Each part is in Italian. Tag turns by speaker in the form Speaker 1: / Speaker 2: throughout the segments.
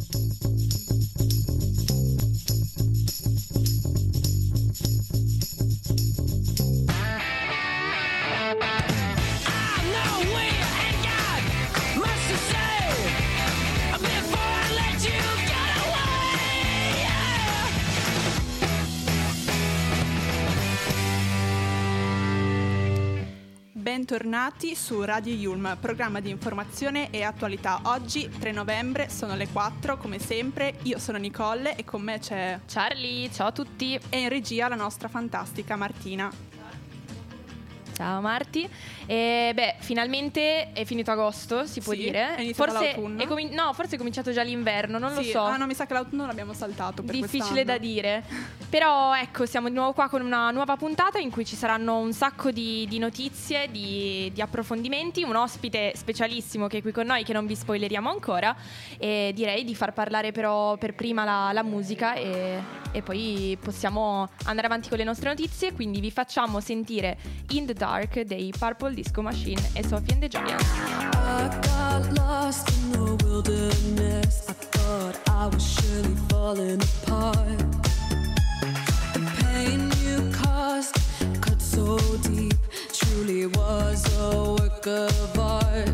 Speaker 1: Bentornati su Radio Yulm, programma di informazione e attualità. Oggi, 3 novembre, sono le 4, come sempre. Io sono Nicole e con me c'è
Speaker 2: Charlie, ciao a tutti.
Speaker 1: E in regia la nostra fantastica Martina.
Speaker 2: Ciao Marti. Finalmente è finito agosto, si può dire.
Speaker 1: È iniziato l'autunno.
Speaker 2: Forse è cominciato già l'inverno, non lo so.
Speaker 1: No, mi sa che l'autunno l'abbiamo saltato per
Speaker 2: difficile da dire. Però ecco, siamo di nuovo qua con una nuova puntata in cui ci saranno un sacco di notizie, di approfondimenti, un ospite specialissimo che è qui con noi che non vi spoileriamo ancora, e direi di far parlare però per prima la musica e poi possiamo andare avanti con le nostre notizie. Quindi vi facciamo sentire In the Dark dei Purple Disco Machine e Sophie and the Giants.
Speaker 3: I got lost in the wilderness. I thought I was surely falling apart. The pain you caused cut so deep, truly was a work of art.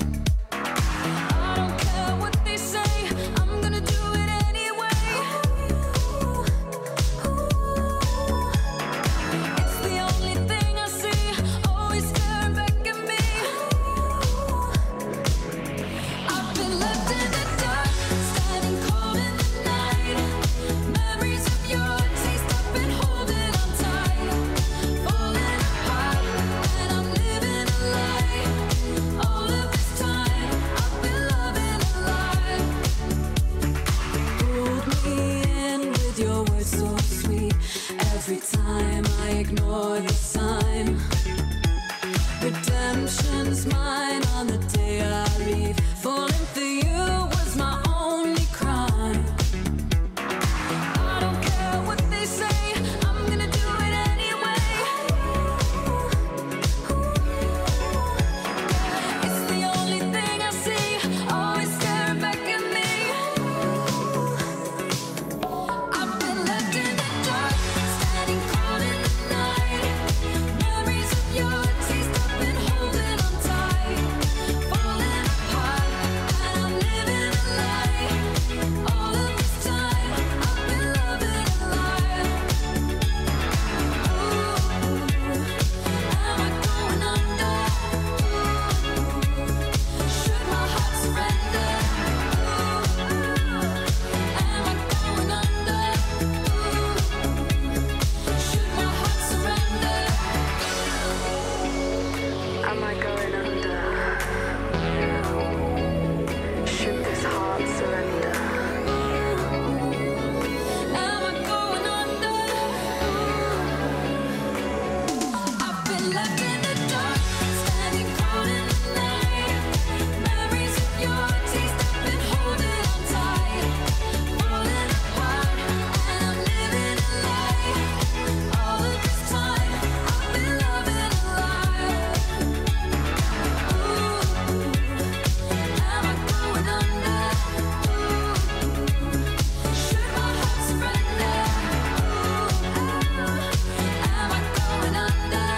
Speaker 3: I don't care what they say, I'm gonna do it anyway. It's the only thing I see, always staring back at me. I've been left in the dark, standing cold in the night. Memories of your taste, I've been holding on tight. Falling apart, and I'm living a lie. All of this time, I've been loving a lie. Pulled me in with your words so sweet. Every time I ignore the sign. Redemption's mine on the day I leave. Falling for you was my only crime. I don't care what they say, I'm gonna do it anyway. It's the only thing I see, always staring back at me. I've been left in the dark, standing cold in the night. Memories of your taste, I've been holding on tight. Falling apart, and I'm living a lie. All of this time, I've been loving a lie. Am I going under? Should my heart surrender? Am I going under? Should my heart surrender?
Speaker 4: Am I going under? Should this heart surrender?
Speaker 3: Am I going under? I've been left in the dark, standing cold in the night. Memories of your taste, I've been holding on tight. Falling apart, and I'm living a lie. All of this time, I've been loving a lie. Am I going under? Should my heart surrender? Am I going under?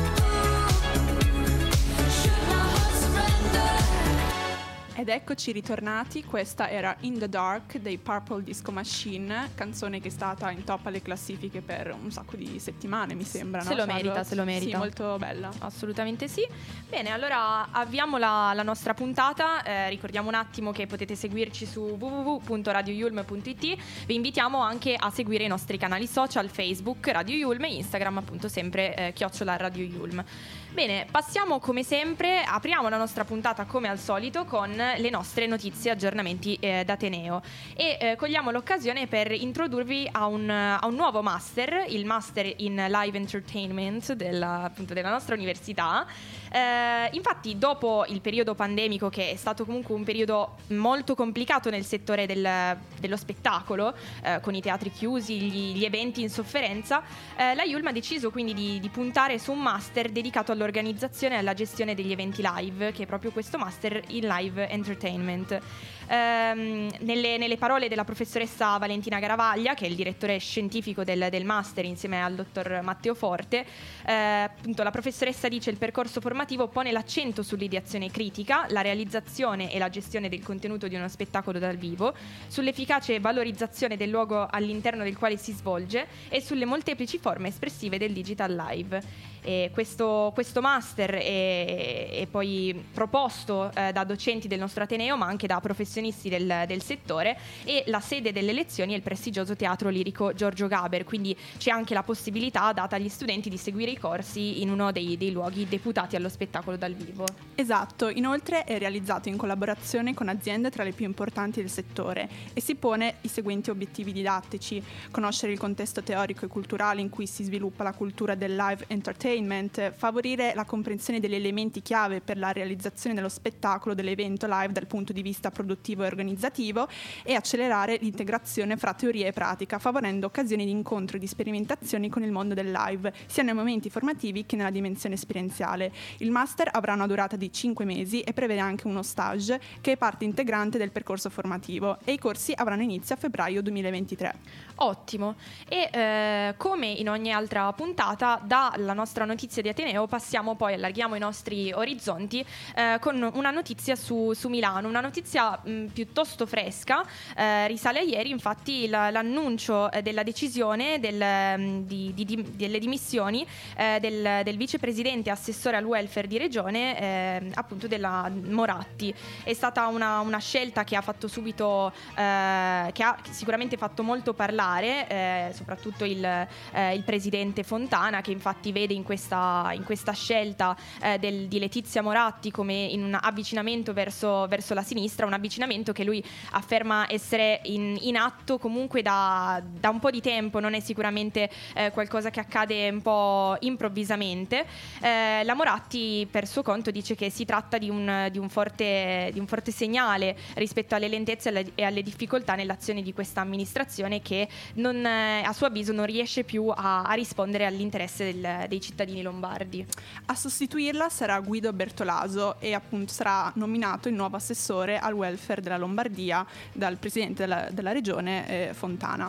Speaker 3: Should my heart surrender?
Speaker 1: Ed eccoci ritornati, questa era In the Dark dei Purple Disco Machine, canzone che è stata in top alle classifiche per un sacco di settimane, mi sembra.
Speaker 2: Se lo merita.
Speaker 1: Sì, molto bella.
Speaker 2: Assolutamente sì. Bene, allora avviamo la nostra puntata. Ricordiamo un attimo che potete seguirci su www.radioyulm.it. Vi invitiamo anche a seguire i nostri canali social, Facebook Radio Yulm e Instagram, appunto sempre @Radio Yulm. Bene, passiamo come sempre, apriamo la nostra puntata come al solito con le nostre notizie e aggiornamenti d'Ateneo e cogliamo l'occasione per introdurvi a un nuovo master, il Master in Live Entertainment appunto della nostra università. Infatti dopo il periodo pandemico, che è stato comunque un periodo molto complicato nel settore dello spettacolo, con i teatri chiusi, gli eventi in sofferenza, la Yulm ha deciso quindi di puntare su un master dedicato all'organizzazione e alla gestione degli eventi live, che è proprio questo Master in Live Entertainment. Nelle parole della professoressa Valentina Garavaglia, che è il direttore scientifico del master insieme al dottor Matteo Forte, appunto la professoressa dice: il percorso formativo pone l'accento sull'ideazione critica, la realizzazione e la gestione del contenuto di uno spettacolo dal vivo, sull'efficace valorizzazione del luogo all'interno del quale si svolge e sulle molteplici forme espressive del digital live. E questo master è poi proposto da docenti del nostro Ateneo, ma anche da professionisti del settore, e la sede delle lezioni è il prestigioso Teatro Lirico Giorgio Gaber, quindi c'è anche la possibilità data agli studenti di seguire i corsi in uno dei luoghi deputati allo spettacolo dal vivo.
Speaker 1: Esatto, inoltre è realizzato in collaborazione con aziende tra le più importanti del settore e si pone i seguenti obiettivi didattici: conoscere il contesto teorico e culturale in cui si sviluppa la cultura del live entertainment, favorire la comprensione degli elementi chiave per la realizzazione dello spettacolo dell'evento live dal punto di vista produttivo e organizzativo e accelerare l'integrazione fra teoria e pratica, favorendo occasioni di incontro e di sperimentazioni con il mondo del live, sia nei momenti formativi che nella dimensione esperienziale. Il master avrà una durata di 5 mesi e prevede anche uno stage che è parte integrante del percorso formativo, e i corsi avranno inizio a febbraio 2023.
Speaker 2: Ottimo. E come in ogni altra puntata, dalla nostra notizia di Ateneo passiamo poi, allarghiamo i nostri orizzonti con una notizia su Milano, una notizia piuttosto fresca, risale a ieri. Infatti l'annuncio della decisione delle dimissioni del vicepresidente assessore al welfare di regione, appunto della Moratti. È stata una scelta che ha fatto subito, che ha sicuramente fatto molto parlare, soprattutto il presidente Fontana, che infatti vede in questa scelta di Letizia Moratti come in un avvicinamento verso la sinistra, un avvicinamento che lui afferma essere in atto comunque da un po' di tempo, non è sicuramente qualcosa che accade un po' improvvisamente. La Moratti per suo conto dice che si tratta di un forte segnale rispetto alle lentezze e alle difficoltà nell'azione di questa amministrazione, che a suo avviso non riesce più a rispondere all'interesse dei cittadini lombardi.
Speaker 1: A sostituirla sarà Guido Bertolaso e appunto sarà nominato il nuovo assessore al welfare della Lombardia dal presidente della regione Fontana.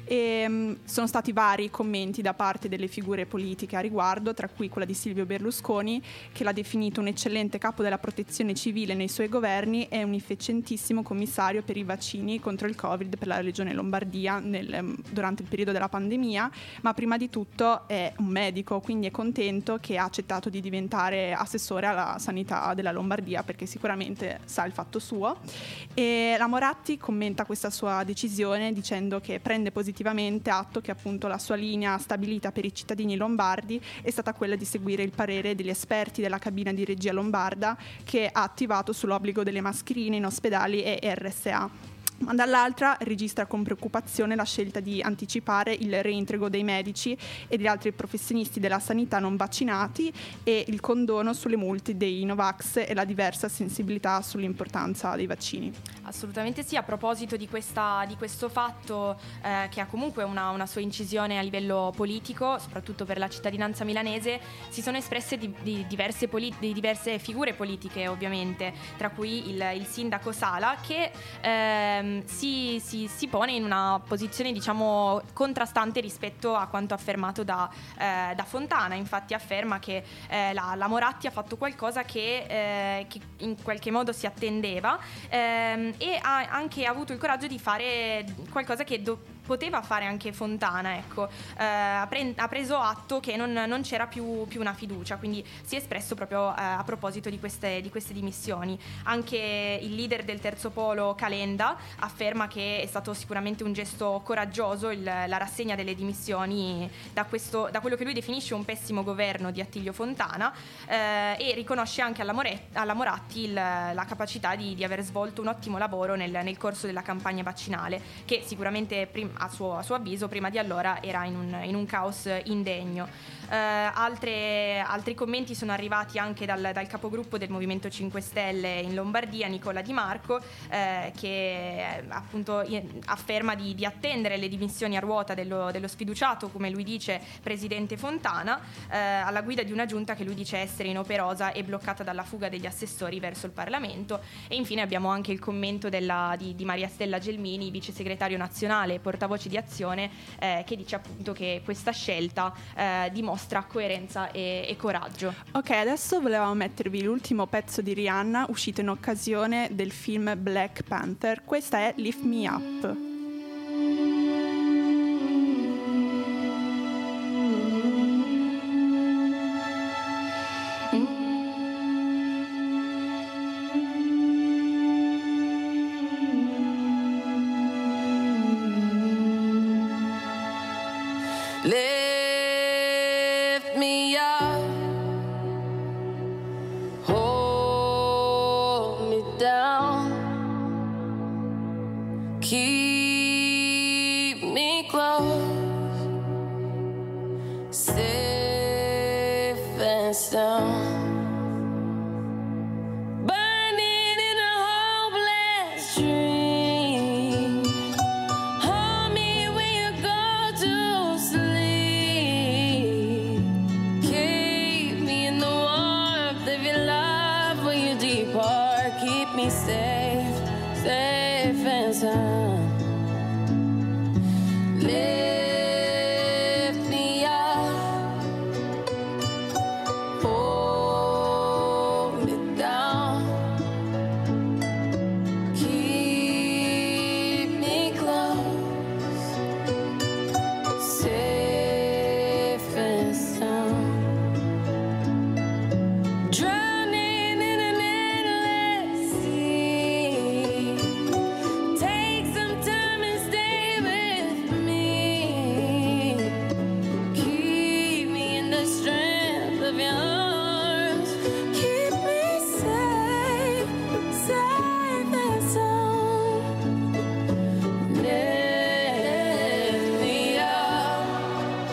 Speaker 1: Sono stati vari commenti da parte delle figure politiche a riguardo, tra cui quella di Silvio Berlusconi, che l'ha definito un eccellente capo della protezione civile nei suoi governi e un efficientissimo commissario per i vaccini contro il Covid per la regione Lombardia durante il periodo della pandemia, ma prima di tutto è un medico, quindi è contento che ha accettato di diventare assessore alla sanità della Lombardia, perché sicuramente sa il fatto suo. E la Moratti commenta questa sua decisione dicendo che prende positivamente atto che appunto la sua linea stabilita per i cittadini lombardi è stata quella di seguire il parere degli esperti della cabina di regia lombarda, che ha attivato sull'obbligo delle mascherine in ospedali e RSA. Ma dall'altra registra con preoccupazione la scelta di anticipare il reintegro dei medici e degli altri professionisti della sanità non vaccinati e il condono sulle multe dei Novax e la diversa sensibilità sull'importanza dei vaccini.
Speaker 2: Assolutamente sì. A proposito di questo fatto che ha comunque una sua incisione a livello politico, soprattutto per la cittadinanza milanese, si sono espresse di diverse figure politiche, ovviamente, tra cui il sindaco Sala, che si pone in una posizione, diciamo, contrastante rispetto a quanto affermato da Fontana. Infatti afferma che la Moratti ha fatto qualcosa che in qualche modo si attendeva, e ha anche avuto il coraggio di fare qualcosa che poteva fare anche Fontana, ecco. Ha preso atto che non c'era più una fiducia, quindi si è espresso proprio a proposito di queste dimissioni. Anche il leader del terzo polo, Calenda, afferma che è stato sicuramente un gesto coraggioso la rassegna delle dimissioni da quello che lui definisce un pessimo governo di Attilio Fontana, e riconosce anche alla Moratti la capacità di aver svolto un ottimo lavoro nel corso della campagna vaccinale, che sicuramente a suo avviso prima di allora era in un caos indegno. Altri commenti sono arrivati anche dal capogruppo del Movimento 5 Stelle in Lombardia, Nicola Di Marco, che appunto afferma di attendere le dimissioni a ruota dello sfiduciato, come lui dice, presidente Fontana, alla guida di una giunta che lui dice essere inoperosa e bloccata dalla fuga degli assessori verso il Parlamento. E infine abbiamo anche il commento di Maria Stella Gelmini, vice segretario nazionale e portavoce di Azione, che dice appunto che questa scelta dimostra coerenza e coraggio.
Speaker 1: Ok, adesso volevamo mettervi l'ultimo pezzo di Rihanna uscito in occasione del film Black Panther. Questa è Lift Me Up.
Speaker 3: Lift me up, hold me down, keep me close, safe and sound. Burning in a hopeless dream. Hold me when you go to sleep. Keep me in the warmth of your love when you depart. Keep me safe, safe and sound. Lift me up, hold me down, keep me close, safe and sound. Drowning in an endless sea. Take some time and stay with me. Keep me in the strength of your arms. Keep me safe, safe and sound. Lift me up,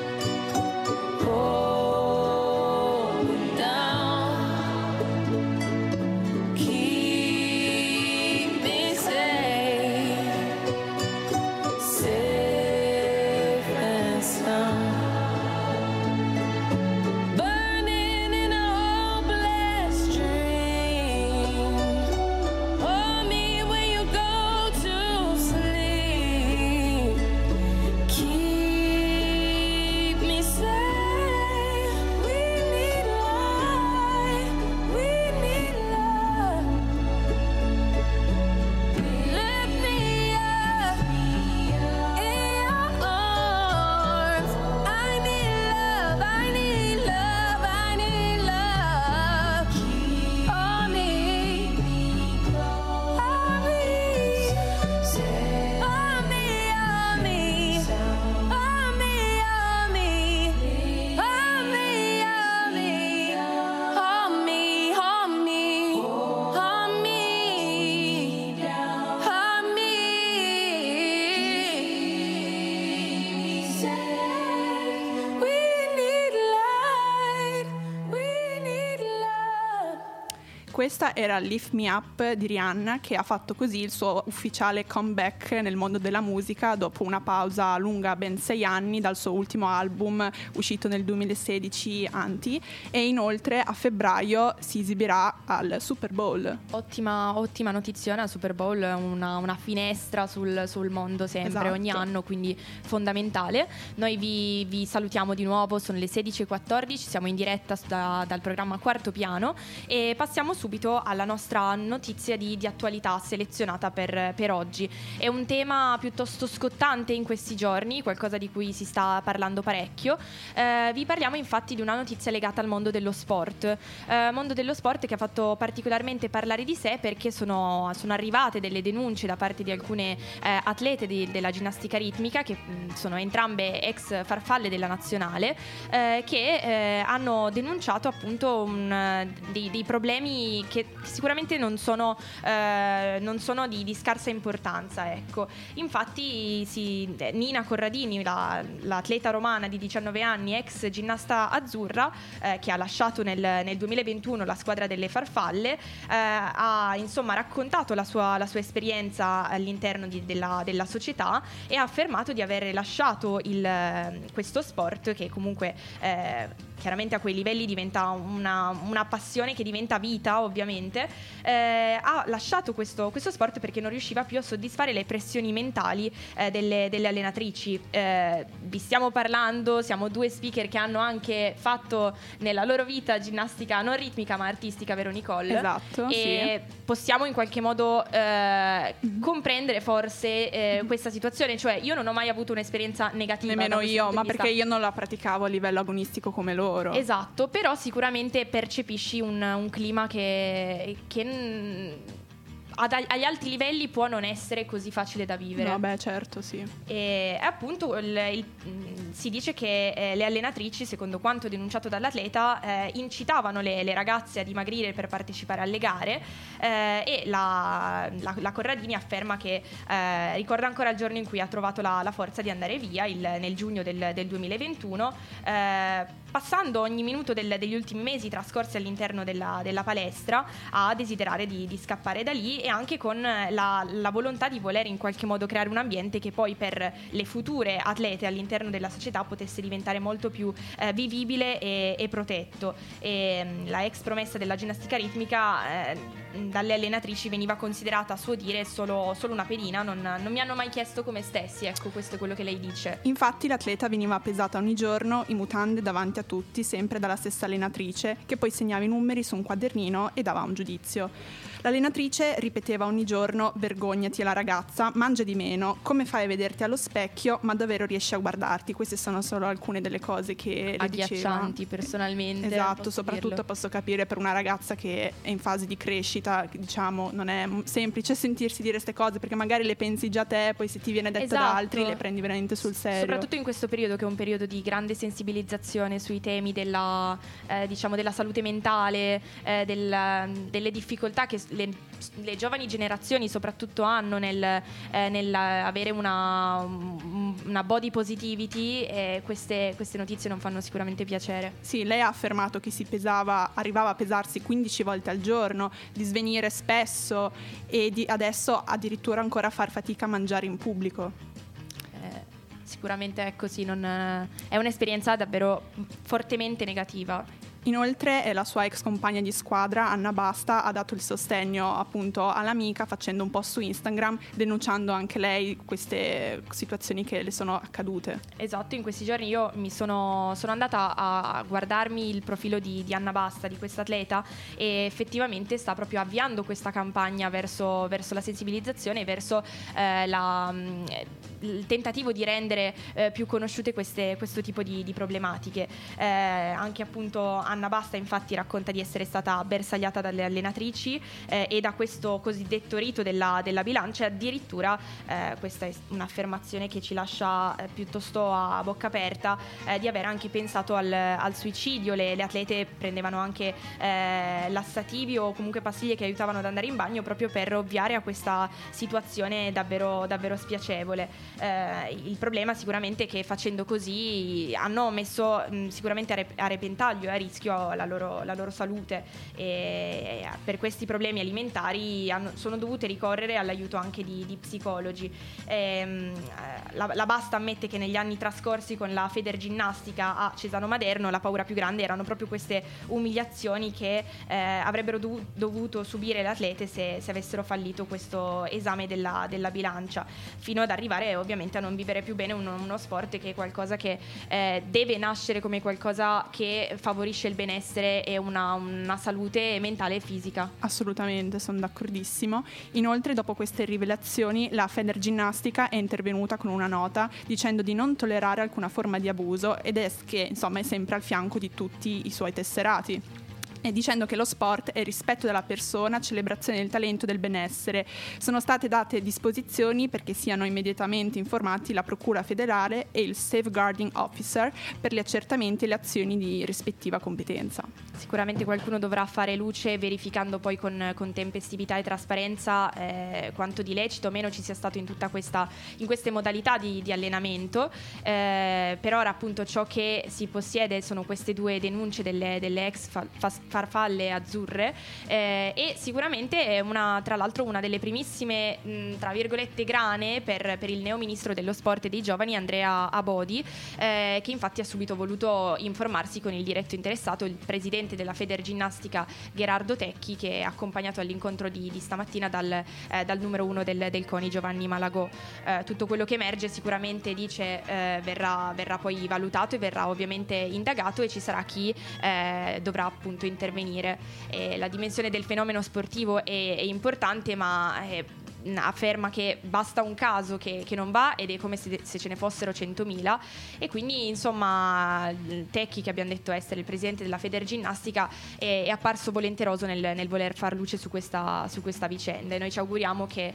Speaker 3: hold me down, keep me safe, safe and sound. Burning in a hopeless dream. Hold me when you go to sleep. Keep me safe. We need light. We need love. Lift me up in your arms. I need love. I need love. I need love. Hold me. Hold me. Hold me. Hold me. Hold me. Hold me. Hold me. Hold me. Hold me. Hold me. Hold me. Hold me. We need light. We need love.
Speaker 1: Questa era Lift Me Up di Rihanna, che ha fatto così il suo ufficiale comeback nel mondo della musica dopo una pausa lunga ben 6 anni dal suo ultimo album uscito nel 2016, Anti, e inoltre a febbraio si esibirà al Super Bowl.
Speaker 2: Ottima notiziona, Super Bowl è una finestra sul mondo sempre,
Speaker 1: Esatto.
Speaker 2: ogni anno, quindi fondamentale. Noi vi salutiamo di nuovo, sono le 16:14, siamo in diretta dal programma Quarto Piano e passiamo subito alla nostra notizia di attualità selezionata per oggi. È un tema piuttosto scottante in questi giorni, qualcosa di cui si sta parlando parecchio. Vi parliamo infatti di una notizia legata al mondo dello sport che ha fatto particolarmente parlare di sé perché sono arrivate delle denunce da parte di alcune atlete della ginnastica ritmica, che sono entrambe ex farfalle della nazionale, che hanno denunciato appunto dei problemi che sicuramente non sono di scarsa importanza, ecco. Infatti Nina Corradini, l'atleta romana di 19 anni, ex ginnasta azzurra, che ha lasciato nel 2021 la squadra delle farfalle, ha insomma raccontato la sua esperienza all'interno della società e ha affermato di aver lasciato questo sport, che comunque chiaramente a quei livelli diventa una passione che diventa vita, ovviamente. Ha lasciato questo sport perché non riusciva più a soddisfare le pressioni mentali delle allenatrici. Vi stiamo parlando, siamo due speaker che hanno anche fatto nella loro vita ginnastica non ritmica ma artistica, vero Nicole?
Speaker 1: Esatto,
Speaker 2: e
Speaker 1: sì.
Speaker 2: possiamo in qualche modo comprendere forse questa situazione, cioè io non ho mai avuto un'esperienza negativa.
Speaker 1: Nemmeno io, ma
Speaker 2: vista.
Speaker 1: perché io non la praticavo a livello agonistico come loro.
Speaker 2: Esatto, però sicuramente percepisci un clima che agli alti livelli può non essere così facile da vivere.
Speaker 1: No, beh, certo, sì.
Speaker 2: E appunto si dice che le allenatrici, secondo quanto denunciato dall'atleta, incitavano le ragazze a dimagrire per partecipare alle gare, e la Corradini afferma che ricorda ancora il giorno in cui ha trovato la forza di andare via, nel giugno del 2021, passando ogni minuto degli ultimi mesi trascorsi all'interno della palestra a desiderare di scappare da lì, e anche con la volontà di voler in qualche modo creare un ambiente che poi per le future atlete all'interno della società potesse diventare molto più vivibile e protetto. E la ex promessa della ginnastica ritmica dalle allenatrici veniva considerata, a suo dire, solo una pedina. Non mi hanno mai chiesto come stessi, ecco, questo è quello che lei dice.
Speaker 1: Infatti l'atleta veniva pesata ogni giorno in mutande davanti a tutti, sempre dalla stessa allenatrice, che poi segnava i numeri su un quadernino e dava un giudizio. L'allenatrice ripeteva ogni giorno: vergognati, è la ragazza, mangia di meno, come fai a vederti allo specchio, ma davvero riesci a guardarti? Queste sono solo alcune delle cose che le diceva.
Speaker 2: Agghiaccianti, personalmente.
Speaker 1: Esatto, soprattutto posso capire per una ragazza che è in fase di crescita, diciamo, non è semplice sentirsi dire queste cose, perché magari le pensi già te, poi se ti viene detta da altri le prendi veramente sul serio.
Speaker 2: Soprattutto in questo periodo, che è un periodo di grande sensibilizzazione sui temi della salute mentale, delle difficoltà che le giovani generazioni soprattutto hanno nel avere una body positivity, e queste notizie non fanno sicuramente piacere.
Speaker 1: Sì, lei ha affermato che arrivava a pesarsi 15 volte al giorno, di svenire spesso e adesso addirittura ancora far fatica a mangiare in pubblico.
Speaker 2: Sicuramente è così, è un'esperienza davvero fortemente negativa.
Speaker 1: Inoltre la sua ex compagna di squadra, Anna Basta, ha dato il sostegno appunto all'amica facendo un post su Instagram denunciando anche lei queste situazioni che le sono accadute.
Speaker 2: Esatto, in questi giorni io sono andata a guardarmi il profilo di Anna Basta, di questa atleta, e effettivamente sta proprio avviando questa campagna verso la sensibilizzazione, verso il tentativo di rendere più conosciute questo tipo di problematiche. Anche appunto Anna Basta infatti racconta di essere stata bersagliata dalle allenatrici e da questo cosiddetto rito della bilancia. Addirittura questa è un'affermazione che ci lascia piuttosto a bocca aperta, di aver anche pensato al suicidio. Le atlete prendevano anche lassativi o comunque pastiglie che aiutavano ad andare in bagno, proprio per ovviare a questa situazione davvero, davvero spiacevole. Il problema sicuramente è che facendo così hanno messo sicuramente a repentaglio, a rischio la loro salute, e per questi problemi alimentari sono dovute ricorrere all'aiuto anche di psicologi. La Basta ammette che negli anni trascorsi con la Federginnastica a Cesano Maderno la paura più grande erano proprio queste umiliazioni che avrebbero dovuto subire le atlete se avessero fallito questo esame della bilancia, fino ad arrivare ovviamente a non vivere più bene uno sport, che è qualcosa che deve nascere come qualcosa che favorisce il benessere e una salute mentale e fisica.
Speaker 1: Assolutamente, sono d'accordissimo. Inoltre, dopo queste rivelazioni, la Federginnastica è intervenuta con una nota dicendo di non tollerare alcuna forma di abuso, ed è che insomma è sempre al fianco di tutti i suoi tesserati. dicendo che lo sport è il rispetto della persona, celebrazione del talento e del benessere. Sono state date disposizioni perché siano immediatamente informati la Procura federale e il Safeguarding Officer per gli accertamenti e le azioni di rispettiva competenza.
Speaker 2: Sicuramente qualcuno dovrà fare luce verificando poi con tempestività e trasparenza quanto di lecito o meno ci sia stato in queste modalità di allenamento. Per ora appunto ciò che si possiede sono queste 2 denunce delle ex farfalle azzurre e sicuramente è tra l'altro una delle primissime tra virgolette grane per il neo ministro dello sport e dei giovani Andrea Abodi, che infatti ha subito voluto informarsi con il diretto interessato, il presidente della Federginnastica Gherardo Tecchi, che è accompagnato all'incontro di stamattina dal numero 1 del CONI Giovanni Malagò. Tutto quello che emerge sicuramente dice verrà poi valutato e verrà ovviamente indagato e ci sarà chi dovrà appunto intervenire. La dimensione del fenomeno sportivo è importante, ma afferma che basta un caso che non va ed è come se ce ne fossero 100.000, e quindi insomma Tecchi, che abbiamo detto essere il presidente della Federginnastica, è apparso volenteroso nel voler far luce su questa vicenda, e noi ci auguriamo che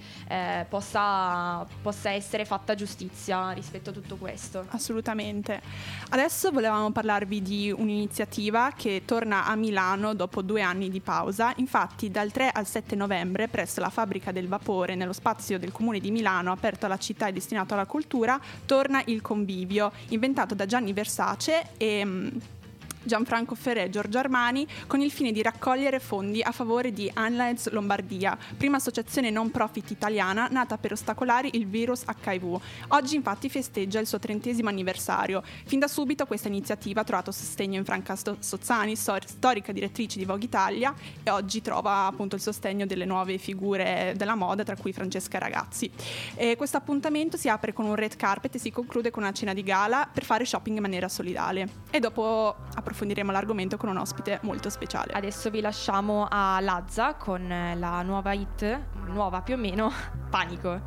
Speaker 2: possa essere fatta giustizia rispetto a tutto questo.
Speaker 1: Assolutamente. Adesso volevamo parlarvi di un'iniziativa che torna a Milano dopo 2 anni di pausa. Infatti dal 3 al 7 novembre presso la Fabbrica del Vapore, nello spazio del Comune di Milano aperto alla città e destinato alla cultura, torna il Convivio, inventato da Gianni Versace e Gianfranco Ferré e Giorgio Armani, con il fine di raccogliere fondi a favore di Unlines Lombardia, prima associazione non profit italiana nata per ostacolare il virus HIV. Oggi infatti festeggia il suo 30° anniversario. Fin da subito questa iniziativa ha trovato sostegno in Franca Sozzani, storica direttrice di Vogue Italia, e oggi trova appunto il sostegno delle nuove figure della moda, tra cui Francesca Ragazzi. Questo appuntamento si apre con un red carpet e si conclude con una cena di gala per fare shopping in maniera solidale. E dopo approfondiremo l'argomento con un ospite molto speciale.
Speaker 2: Adesso vi lasciamo a Lazza con la nuova hit, nuova più o meno, Panico.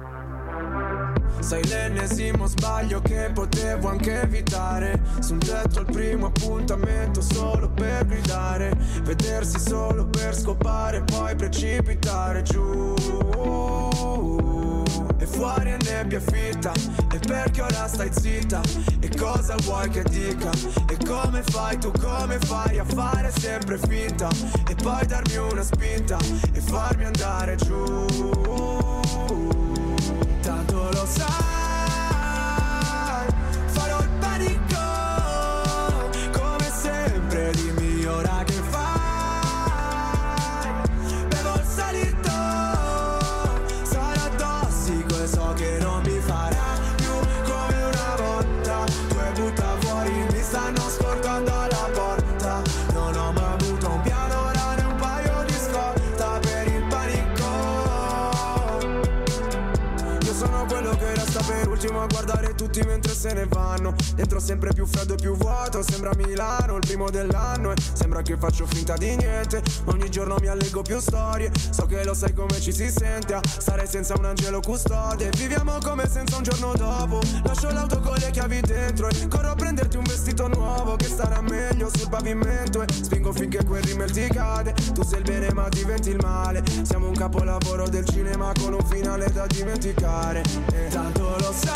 Speaker 5: Sei l'ennesimo sbaglio che potevo anche evitare. Su un tetto al primo appuntamento solo per gridare, vedersi solo per scopare, poi precipitare giù. E fuori è nebbia fitta, e perché ora stai zitta? E cosa vuoi che dica? E come fai tu, come fai a fare sempre finta? E poi darmi una spinta e farmi andare giù. Tanto lo sai, farò il panico, come sempre, dimmi ora che fai. Bevo il salito, sarà tossico e so che non mi farà più come una volta. Tu hai butta fuori, mi stanno scordando alla porta. Non ho mai avuto un piano, ora ne un paio di scorta per il panico. Io sono quello che resta per ultimo a guardare tutti mentre se ne vanno. Dentro sempre più freddo e più vuoto, sembra Milano il primo dell'anno, e sembra che faccio finta di niente. Ogni giorno mi allego più storie, so che lo sai come ci si sente a stare senza un angelo custode. Viviamo come senza un giorno dopo, lascio l'auto con le chiavi dentro e corro a prenderti un vestito nuovo che starà meglio sul pavimento, e spingo finché quel rimel ti cade. Tu sei il bene ma diventi il male, siamo un capolavoro del cinema con un finale da dimenticare. E tanto lo sai,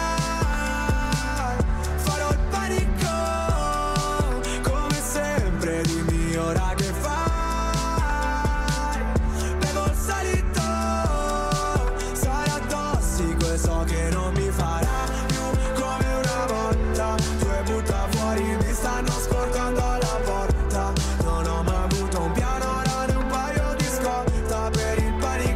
Speaker 5: farò il panico, come sempre, dimmi ora che fai. Bevo il salito, sarà tossico e so che non mi farà più come una volta. Tu hai butta fuori, mi stanno scordando alla porta. Non ho mai avuto un piano, ora ne un paio di scorta per il panico.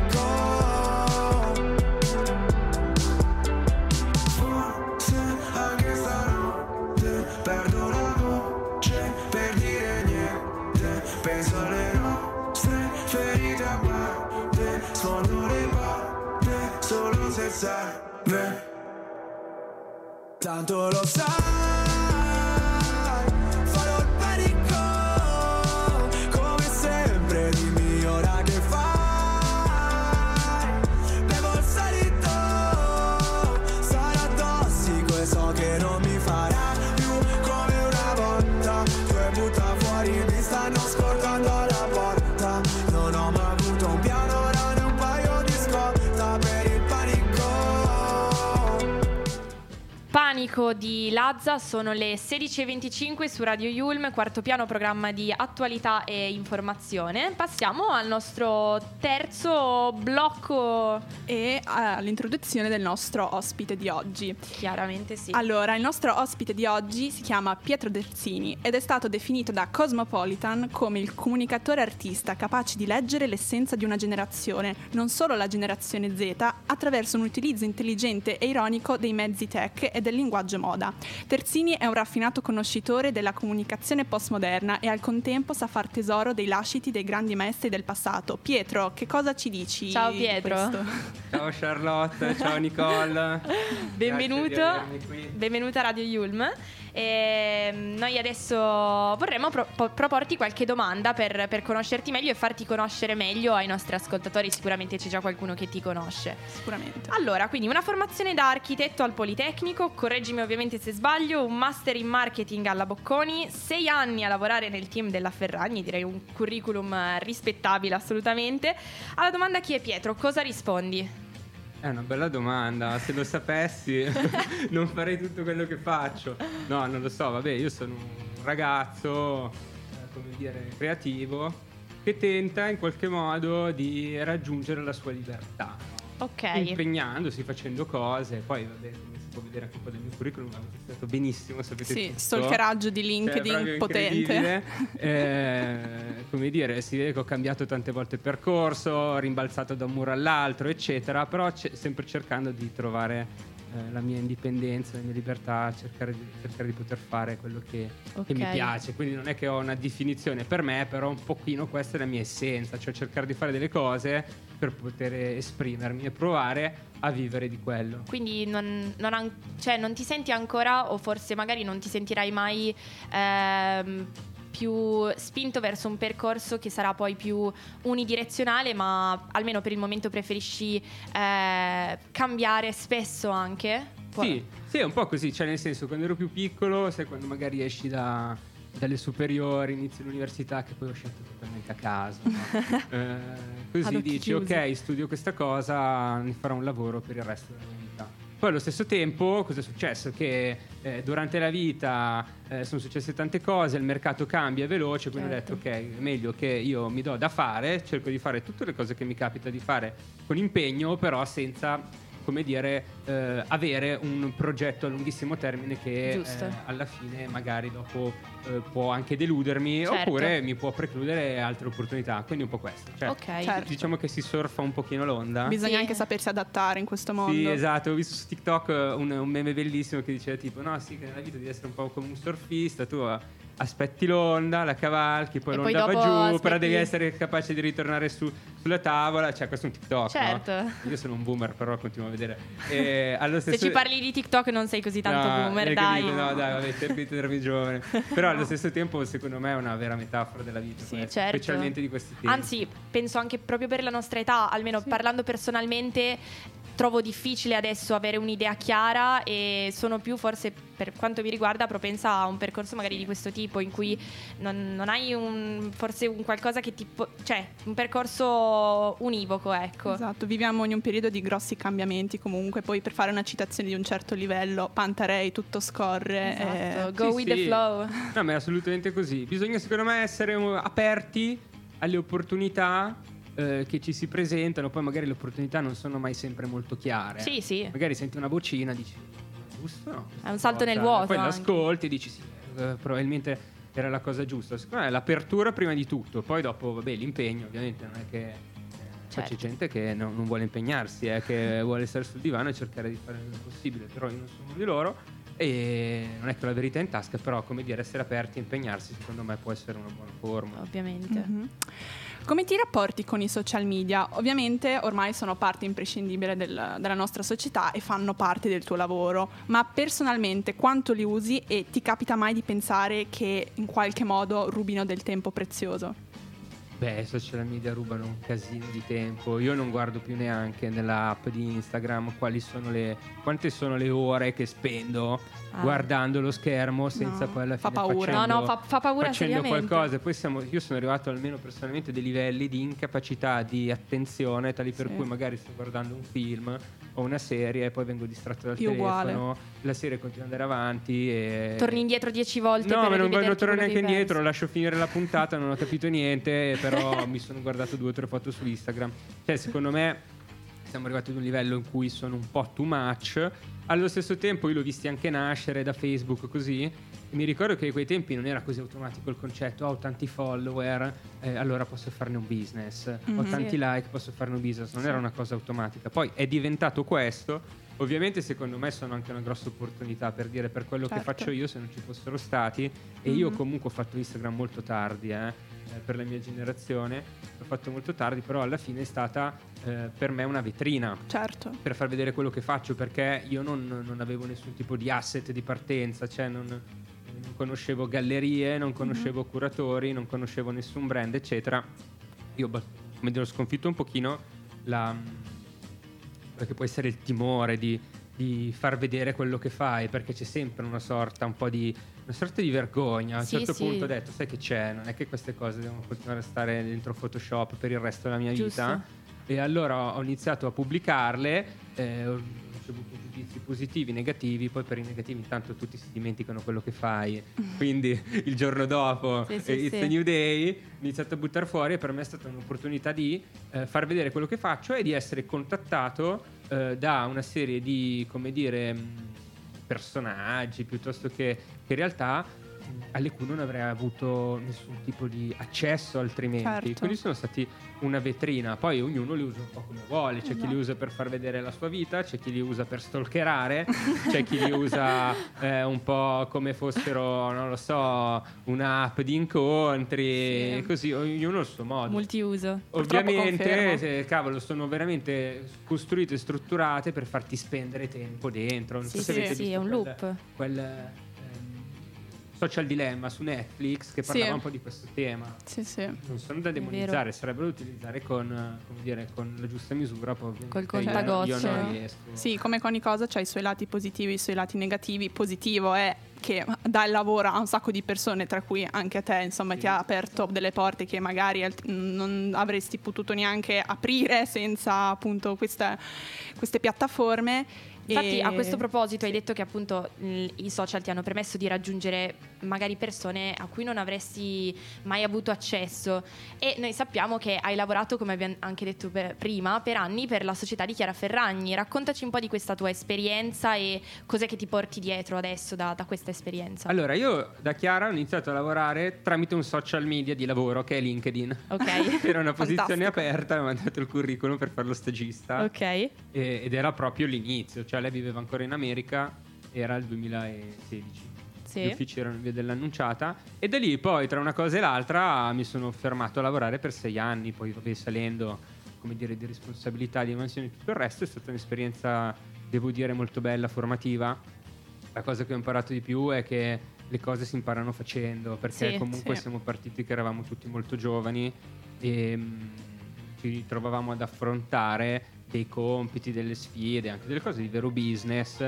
Speaker 5: Anche stanotte perdo la voce per dire niente. Penso alle nostre ferite a parte, sfondo le porte solo se serve. Tanto lo sai, farò il panico, come sempre, dimmi ora che fai. Bevo il salito, sarà tossico e so che non mi farà più come una volta. Tu hai butta fuori, mi stanno scordando
Speaker 2: organico di Lazza, sono le 16:25 su Radio Yulm, quarto piano, programma di attualità e informazione. Passiamo al nostro terzo blocco
Speaker 1: e all'introduzione del nostro ospite di oggi.
Speaker 2: Chiaramente sì.
Speaker 1: Allora, il nostro ospite di oggi si chiama Pietro Terzini ed è stato definito da Cosmopolitan come il comunicatore artista capace di leggere l'essenza di una generazione, non solo la generazione Z, attraverso un utilizzo intelligente e ironico dei mezzi tech e del linguaggio moda. Terzini è un raffinato conoscitore della comunicazione postmoderna e al contempo sa far tesoro dei lasciti dei grandi maestri del passato. Pietro, che cosa ci dici?
Speaker 2: Ciao Pietro.
Speaker 6: Ciao Charlotte, ciao Nicole.
Speaker 2: Benvenuta a Radio Yulm. Noi adesso vorremmo proporti qualche domanda per conoscerti meglio e farti conoscere meglio ai nostri ascoltatori. Sicuramente c'è già qualcuno che ti conosce.
Speaker 1: Sicuramente.
Speaker 2: Allora, quindi una formazione da architetto al Politecnico, correggimi ovviamente se sbaglio, un master in marketing alla Bocconi, 6 anni a lavorare nel team della Ferragni, direi un curriculum rispettabile assolutamente. Alla domanda chi è Pietro, cosa rispondi?
Speaker 6: È una bella domanda, se lo sapessi non farei tutto quello che faccio. No, non lo so, vabbè, io sono un ragazzo, come dire, creativo, che tenta in qualche modo di raggiungere la sua libertà.
Speaker 2: Ok.
Speaker 6: Impegnandosi, facendo cose, poi vabbè, come si può vedere anche un po' del mio curriculum, ho fatto benissimo, sapete
Speaker 1: sì,
Speaker 6: tutto.
Speaker 1: stalkeraggio di LinkedIn potente.
Speaker 6: Come dire, si vede che ho cambiato tante volte il percorso, rimbalzato da un muro all'altro, eccetera, però sempre cercando di trovare la mia indipendenza, la mia libertà, cercare di poter fare quello che mi piace. Quindi non è che ho una definizione per me, però un pochino questa è la mia essenza, cioè cercare di fare delle cose per poter esprimermi e provare a vivere di quello.
Speaker 2: Quindi non ti senti ancora, o forse magari non ti sentirai mai più spinto verso un percorso che sarà poi più unidirezionale, ma almeno per il momento preferisci cambiare spesso anche?
Speaker 6: Sì, è un po' così, cioè nel senso, quando ero più piccolo, sai, quando magari esci dalle superiori, inizi l'università, che poi ho scelto totalmente a caso, no? Così dici chiusi. Ok, studio questa cosa, ne farò un lavoro per il resto della mia vita. Poi allo stesso tempo cosa è successo? Che durante la vita sono successe tante cose, il mercato cambia veloce, quindi
Speaker 2: certo.
Speaker 6: ho detto ok, è meglio che io mi do da fare, cerco di fare tutte le cose che mi capita di fare con impegno, però senza, come dire, avere un progetto a lunghissimo termine che alla fine magari dopo può anche deludermi,
Speaker 2: certo.
Speaker 6: Oppure mi può precludere altre opportunità, quindi un po' questo, cioè,
Speaker 1: certo.
Speaker 6: Diciamo che si surfa un pochino l'onda.
Speaker 1: Bisogna anche sapersi adattare in questo mondo.
Speaker 6: Sì, esatto, ho visto su TikTok un meme bellissimo che diceva tipo no, sì, che nella vita devi essere un po' come un surfista, tu aspetti l'onda, la cavalchi, poi l'onda va giù, però devi essere capace di ritornare sulla tavola, cioè questo è un TikTok,
Speaker 2: certo.
Speaker 6: No? Io sono un boomer, però continuo a vedere.
Speaker 2: Se ci parli di TikTok non sei così tanto boomer, dai.
Speaker 6: No, dai, vabbè, tempi di darmi giovane. Però allo stesso tempo secondo me è una vera metafora della vita,
Speaker 2: sì, certo.
Speaker 6: Specialmente di questi tempi.
Speaker 2: Anzi, penso anche proprio per la nostra età, almeno parlando personalmente, trovo difficile adesso avere un'idea chiara e sono più, forse per quanto mi riguarda, propensa a un percorso magari di questo tipo, in cui non hai forse un qualcosa che cioè un percorso univoco, ecco.
Speaker 1: Esatto, viviamo in un periodo di grossi cambiamenti comunque, poi per fare una citazione di un certo livello, Pantarei, tutto scorre.
Speaker 2: Esatto, go with the flow.
Speaker 6: No, ma è assolutamente così. Bisogna secondo me essere aperti alle opportunità che ci si presentano, poi magari le opportunità non sono mai sempre molto chiare.
Speaker 2: Sì, sì.
Speaker 6: Magari senti una vocina, dici giusto? No?
Speaker 2: È un salto nel vuoto.
Speaker 6: Poi l'ascolti e dici sì, probabilmente era la cosa giusta. Secondo me l'apertura prima di tutto, poi dopo vabbè l'impegno, ovviamente non è che c'è gente che non vuole impegnarsi, che vuole stare sul divano e cercare di fare il possibile, però io non sono uno di loro. E non è che la verità è in tasca, però come dire, essere aperti e impegnarsi secondo me può essere una buona forma.
Speaker 2: Ovviamente.
Speaker 1: Mm-hmm. Come ti rapporti con i social media? Ovviamente ormai sono parte imprescindibile della nostra società e fanno parte del tuo lavoro, ma personalmente quanto li usi e ti capita mai di pensare che in qualche modo rubino del tempo prezioso?
Speaker 6: Beh, i social media rubano un casino di tempo. Io non guardo più neanche nell'app di Instagram quante sono le ore che spendo guardando lo schermo senza poi alla fine
Speaker 1: fa paura.
Speaker 2: Fa paura
Speaker 6: facendo
Speaker 2: seriamente.
Speaker 6: qualcosa. Poi io sono arrivato almeno personalmente a dei livelli di incapacità di attenzione tali per cui magari sto guardando un film ho una serie e poi vengo distratto dal
Speaker 1: Io
Speaker 6: telefono,
Speaker 1: uguale.
Speaker 6: la serie continua ad andare avanti e...
Speaker 2: Torni indietro 10 volte
Speaker 6: No,
Speaker 2: per
Speaker 6: ma non
Speaker 2: rivederti
Speaker 6: torno
Speaker 2: quello che
Speaker 6: neanche
Speaker 2: hai
Speaker 6: indietro,
Speaker 2: perso.
Speaker 6: lascio finire la puntata, non ho capito niente, però mi sono guardato 2 o 3 foto su Instagram. Cioè, secondo me siamo arrivati ad un livello in cui sono un po' too much. Allo stesso tempo io l'ho visti anche nascere da Facebook così, e mi ricordo che a quei tempi non era così automatico il concetto: ho tanti follower, allora posso farne un business, ho tanti
Speaker 2: Sì.
Speaker 6: like, posso farne un business. Non era una cosa automatica, poi è diventato questo. Ovviamente secondo me sono anche una grossa opportunità, per dire, per quello che
Speaker 1: Certo.
Speaker 6: faccio io, se non ci fossero stati. E io comunque ho fatto Instagram molto tardi, per la mia generazione l'ho fatto molto tardi, però alla fine è stata per me una vetrina
Speaker 1: Certo.
Speaker 6: per far vedere quello che faccio, perché io non avevo nessun tipo di asset di partenza, cioè non conoscevo gallerie, non conoscevo curatori, non conoscevo nessun brand, eccetera. Io come dire, ho sconfitto un pochino perché può essere il timore di far vedere quello che fai, perché c'è sempre una sorta di vergogna. A un
Speaker 2: Sì,
Speaker 6: certo
Speaker 2: sì.
Speaker 6: punto ho detto: sai che c'è, non è che queste cose devono continuare a stare dentro Photoshop per il resto della mia
Speaker 2: Giusto.
Speaker 6: vita. E allora ho iniziato a pubblicarle, ho ricevuto giudizi positivi, negativi. Poi per i negativi intanto tutti si dimenticano quello che fai, quindi il giorno dopo
Speaker 2: Sì,
Speaker 6: it's
Speaker 2: sì.
Speaker 6: a new day, ho iniziato a buttare fuori, e per me è stata un'opportunità di far vedere quello che faccio e di essere contattato da una serie di, come dire, personaggi, piuttosto che in realtà alle cui non avrei avuto nessun tipo di accesso altrimenti.
Speaker 1: Certo.
Speaker 6: Quindi sono stati una vetrina. Poi ognuno li usa un po' come vuole. C'è chi li usa per far vedere la sua vita, c'è chi li usa per stalkerare, c'è chi li usa un po' come fossero, non lo so, un'app di incontri,
Speaker 1: Sì.
Speaker 6: così, ognuno il suo modo.
Speaker 2: Multiuso.
Speaker 1: Purtroppo
Speaker 6: Ovviamente,
Speaker 1: confermo.
Speaker 6: cavolo, sono veramente costruite e strutturate per farti spendere tempo dentro. Non
Speaker 2: Sì,
Speaker 6: so se
Speaker 2: sì,
Speaker 6: avete
Speaker 2: sì,
Speaker 6: visto
Speaker 2: è un loop.
Speaker 6: quel Social Dilemma su Netflix che parlava
Speaker 1: Sì.
Speaker 6: un po' di questo tema.
Speaker 1: Sì, sì.
Speaker 6: Non sono da demonizzare, sarebbero da utilizzare con, come dire, con la giusta misura. Poi ovviamente
Speaker 2: Col
Speaker 6: io
Speaker 2: contagocce.
Speaker 6: non riesco.
Speaker 1: Sì, come con ogni cosa c'ha i suoi lati positivi, i suoi lati negativi. Positivo è che dà il lavoro a un sacco di persone, tra cui anche a te, insomma, ti ha aperto delle porte che magari non avresti potuto neanche aprire senza appunto queste piattaforme.
Speaker 2: Infatti,
Speaker 1: E-
Speaker 2: a questo proposito, hai detto che appunto i social ti hanno permesso di raggiungere magari persone a cui non avresti mai avuto accesso. E noi sappiamo che hai lavorato, come abbiamo anche detto prima, per anni per la società di Chiara Ferragni. Raccontaci un po' di questa tua esperienza e cos'è che ti porti dietro adesso da questa esperienza.
Speaker 6: Allora, io da Chiara ho iniziato a lavorare tramite un social media di lavoro che è LinkedIn.
Speaker 2: Ok.
Speaker 6: Era una posizione
Speaker 1: Fantastico.
Speaker 6: aperta, mi ha mandato il curriculum per fare lo stagista.
Speaker 2: Ok.
Speaker 6: Ed era proprio l'inizio, cioè lei viveva ancora in America, era il 2016.
Speaker 2: Sì.
Speaker 6: Gli uffici erano in via dell'Annunciata, e da lì poi tra una cosa e l'altra mi sono fermato a lavorare per 6 anni. Poi vabbè, salendo, come dire, di responsabilità, di mansioni e tutto il resto, è stata un'esperienza, devo dire, molto bella, formativa. La cosa che ho imparato di più è che le cose si imparano facendo, perché
Speaker 2: Sì,
Speaker 6: comunque
Speaker 1: sì.
Speaker 6: siamo partiti che eravamo tutti molto giovani e ci ritrovavamo ad affrontare dei compiti, delle sfide, anche delle cose di vero business,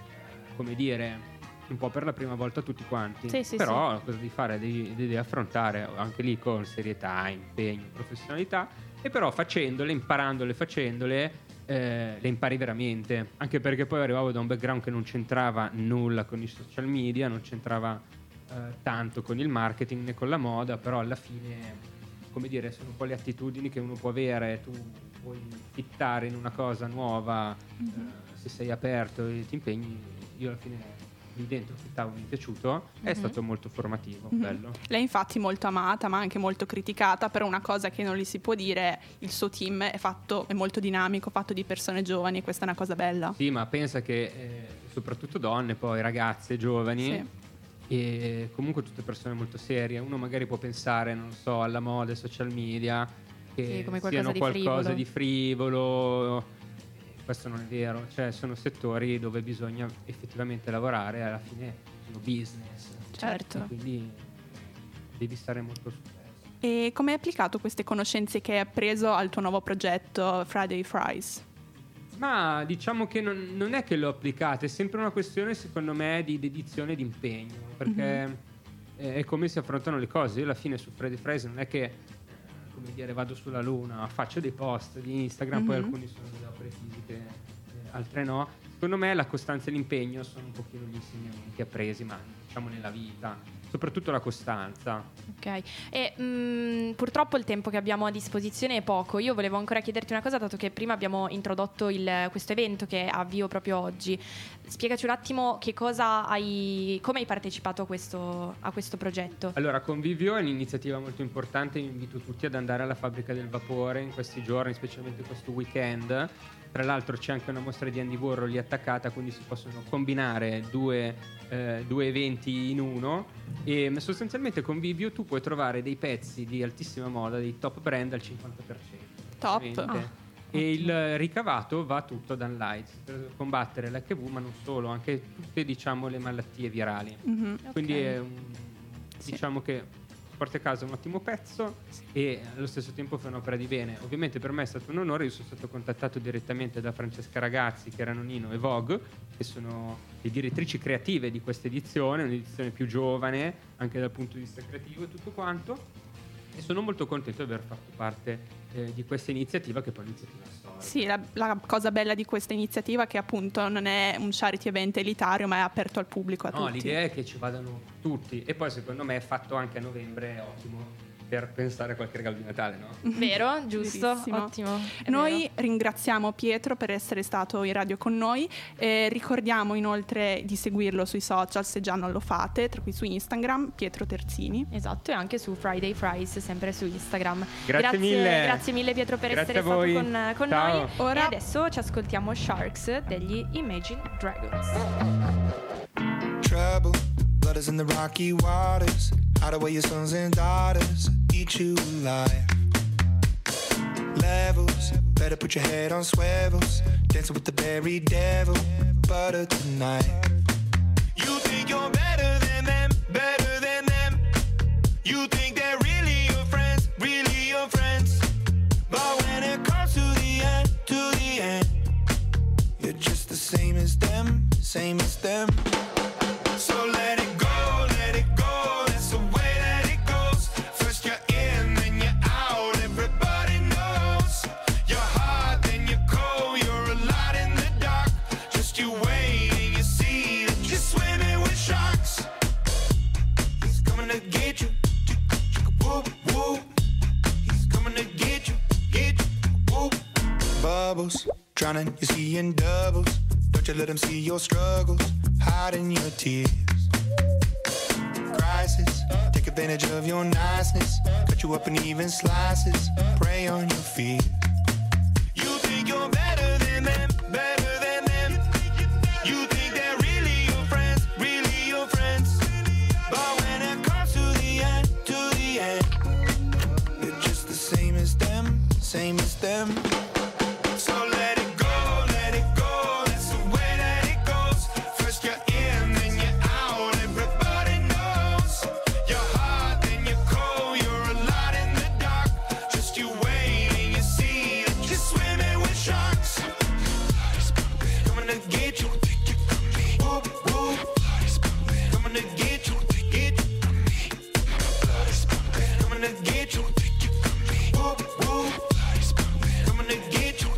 Speaker 6: come dire, un po' per la prima volta tutti quanti.
Speaker 2: Sì, sì,
Speaker 6: però la cosa di fare, devi affrontare anche lì con serietà, impegno, professionalità, e però facendole, facendole, le impari veramente. Anche perché poi arrivavo da un background che non c'entrava nulla con i social media, non c'entrava tanto con il marketing né con la moda, però alla fine, come dire, sono un po' le attitudini che uno può avere. Tu puoi fittare in una cosa nuova, se sei aperto e ti impegni. Io alla fine lì dentro fittavo, mi è piaciuto, è stato molto formativo, bello.
Speaker 1: Lei infatti molto amata, ma anche molto criticata, però una cosa che non gli si può dire: il suo team è molto dinamico, fatto di persone giovani, e questa è una cosa bella.
Speaker 6: Sì, ma pensa che soprattutto donne, poi ragazze giovani,
Speaker 1: Sì.
Speaker 6: e comunque tutte persone molto serie. Uno magari può pensare, non so, alla moda, ai social media, che
Speaker 2: Sì, come qualcosa
Speaker 6: siano
Speaker 2: di
Speaker 6: qualcosa
Speaker 2: frivolo.
Speaker 6: di frivolo. Questo non è vero, cioè sono settori dove bisogna effettivamente lavorare, alla fine sono business.
Speaker 1: Certo.
Speaker 6: E quindi devi stare molto su questo.
Speaker 1: E come hai applicato queste conoscenze che hai appreso al tuo nuovo progetto Friday Fries?
Speaker 6: Ma diciamo che non è che l'ho applicata, è sempre una questione, secondo me, di dedizione e di impegno, perché è come si affrontano le cose. Io alla fine su Friday Fries non è che, come dire, vado sulla luna, faccio dei post di Instagram, poi alcuni sono delle opere fisiche altre no. Secondo me la costanza e l'impegno sono un pochino gli insegnamenti appresi, ma diciamo nella vita, soprattutto la costanza.
Speaker 2: Ok, e purtroppo il tempo che abbiamo a disposizione è poco. Io volevo ancora chiederti una cosa, dato che prima abbiamo introdotto questo evento che ha avvio proprio oggi. Spiegaci un attimo come hai partecipato a questo progetto.
Speaker 6: Allora, Convivio è un'iniziativa molto importante, invito tutti ad andare alla Fabbrica del Vapore in questi giorni, specialmente questo weekend. Tra l'altro c'è anche una mostra di Andy Warhol lì attaccata, quindi si possono combinare due eventi in uno, e sostanzialmente Convivio tu puoi trovare dei pezzi di altissima moda, dei top brand al 50%.
Speaker 1: Top.
Speaker 6: E il ricavato va tutto ad Unlight per combattere l'HIV, ma non solo, anche tutte, diciamo, le malattie virali. Quindi è diciamo che porta a casa un ottimo pezzo e allo stesso tempo fa un'opera di bene. Ovviamente per me è stato un onore. Io sono stato contattato direttamente da Francesca Ragazzi, che erano Nino e Vogue, che sono le direttrici creative di questa edizione, un'edizione più giovane anche dal punto di vista creativo e tutto quanto, e sono molto contento di aver fatto parte di questa iniziativa, che poi è un'iniziativa storica.
Speaker 1: Sì, la cosa bella di questa iniziativa è che appunto non è un charity event elitario, ma è aperto al pubblico, a tutti.
Speaker 6: L'idea è che ci vadano tutti, e poi secondo me è fatto anche a novembre, è ottimo per pensare a qualche regalo di Natale, no?
Speaker 2: Vero, giusto,
Speaker 1: Verissimo.
Speaker 2: ottimo.
Speaker 1: Noi ringraziamo Pietro per essere stato in radio con noi, ricordiamo inoltre di seguirlo sui social se già non lo fate, tra cui su Instagram, Pietro Terzini.
Speaker 2: Esatto, e anche su Friday Fries, sempre su Instagram.
Speaker 6: Grazie mille.
Speaker 2: Grazie mille Pietro per
Speaker 6: Grazie
Speaker 2: essere
Speaker 6: a voi.
Speaker 2: stato con
Speaker 6: Ciao.
Speaker 2: noi.
Speaker 1: Ora-
Speaker 2: E adesso ci ascoltiamo Sharks degli Imagine Dragons.
Speaker 7: Trouble, blood is in the rocky waters. Hide away your sons and daughters, eat you alive. Levels, better put your head on swivels. Dancing with the very devil, butter tonight. You think you're better than them, better than them. You think they're really your friends, really your friends. But when it comes to the end, you're just the same as them, same as them. So let it go, let it go, that's the way that it goes. First you're in, then you're out, everybody knows. You're hot, then you're cold, you're a lot in the dark. Just you wait and you see that you're swimming with sharks. He's coming to get you, whoop, whoop. He's coming to get you, whoop. Bubbles, drowning, you see in doubles. Don't you let him see your struggles, hiding your tears. Crisis, take advantage of your niceness. Cut you up in even slices, prey on your fears. You think you're better than them, better than them. You think they're really your friends, really your friends. But when it comes to the end, you're just the same as them, same as them. So let it go, let it go, that's the way that it goes. First you're in, then you're out, everybody knows. You're hot, then you're cold, you're a lot in the dark. Just you wait and you see that you're swimming with sharks. Coming to get you, whoop, whoop. Coming to get you, coming to get you, whoop, whoop. Coming to get you.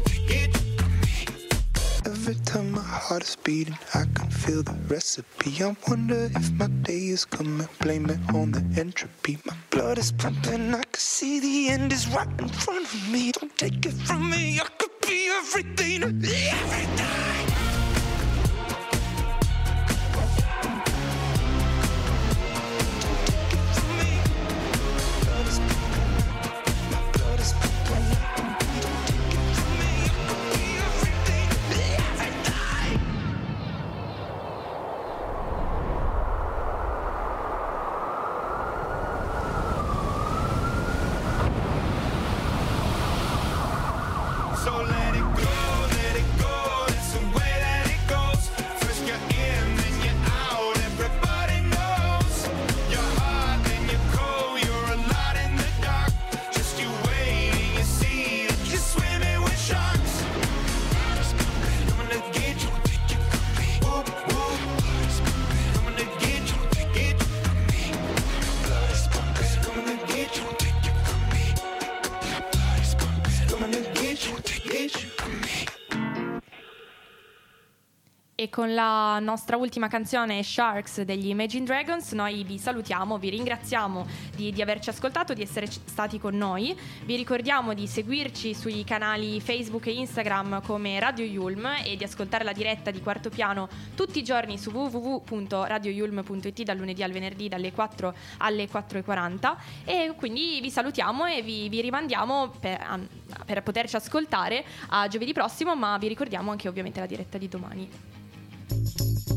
Speaker 7: Every time my heart is beating, I can feel the recipe. I wonder if my day is coming, blame it on the entropy. My blood is pumping, I can see the end is right in front of me. Don't take it from me, I could be everything to me every day. So let it go, that's the way
Speaker 2: E con la nostra ultima canzone Sharks degli Imagine Dragons noi vi salutiamo, vi ringraziamo di averci ascoltato, di essere stati con noi. Vi ricordiamo di seguirci sui canali Facebook e Instagram come Radio Yulm e di ascoltare la diretta di Quarto Piano tutti i giorni su www.radioyulm.it dal lunedì al venerdì dalle 4 alle 4:40. E quindi vi salutiamo e vi rimandiamo per poterci ascoltare a giovedì prossimo, ma vi ricordiamo anche ovviamente la diretta di domani.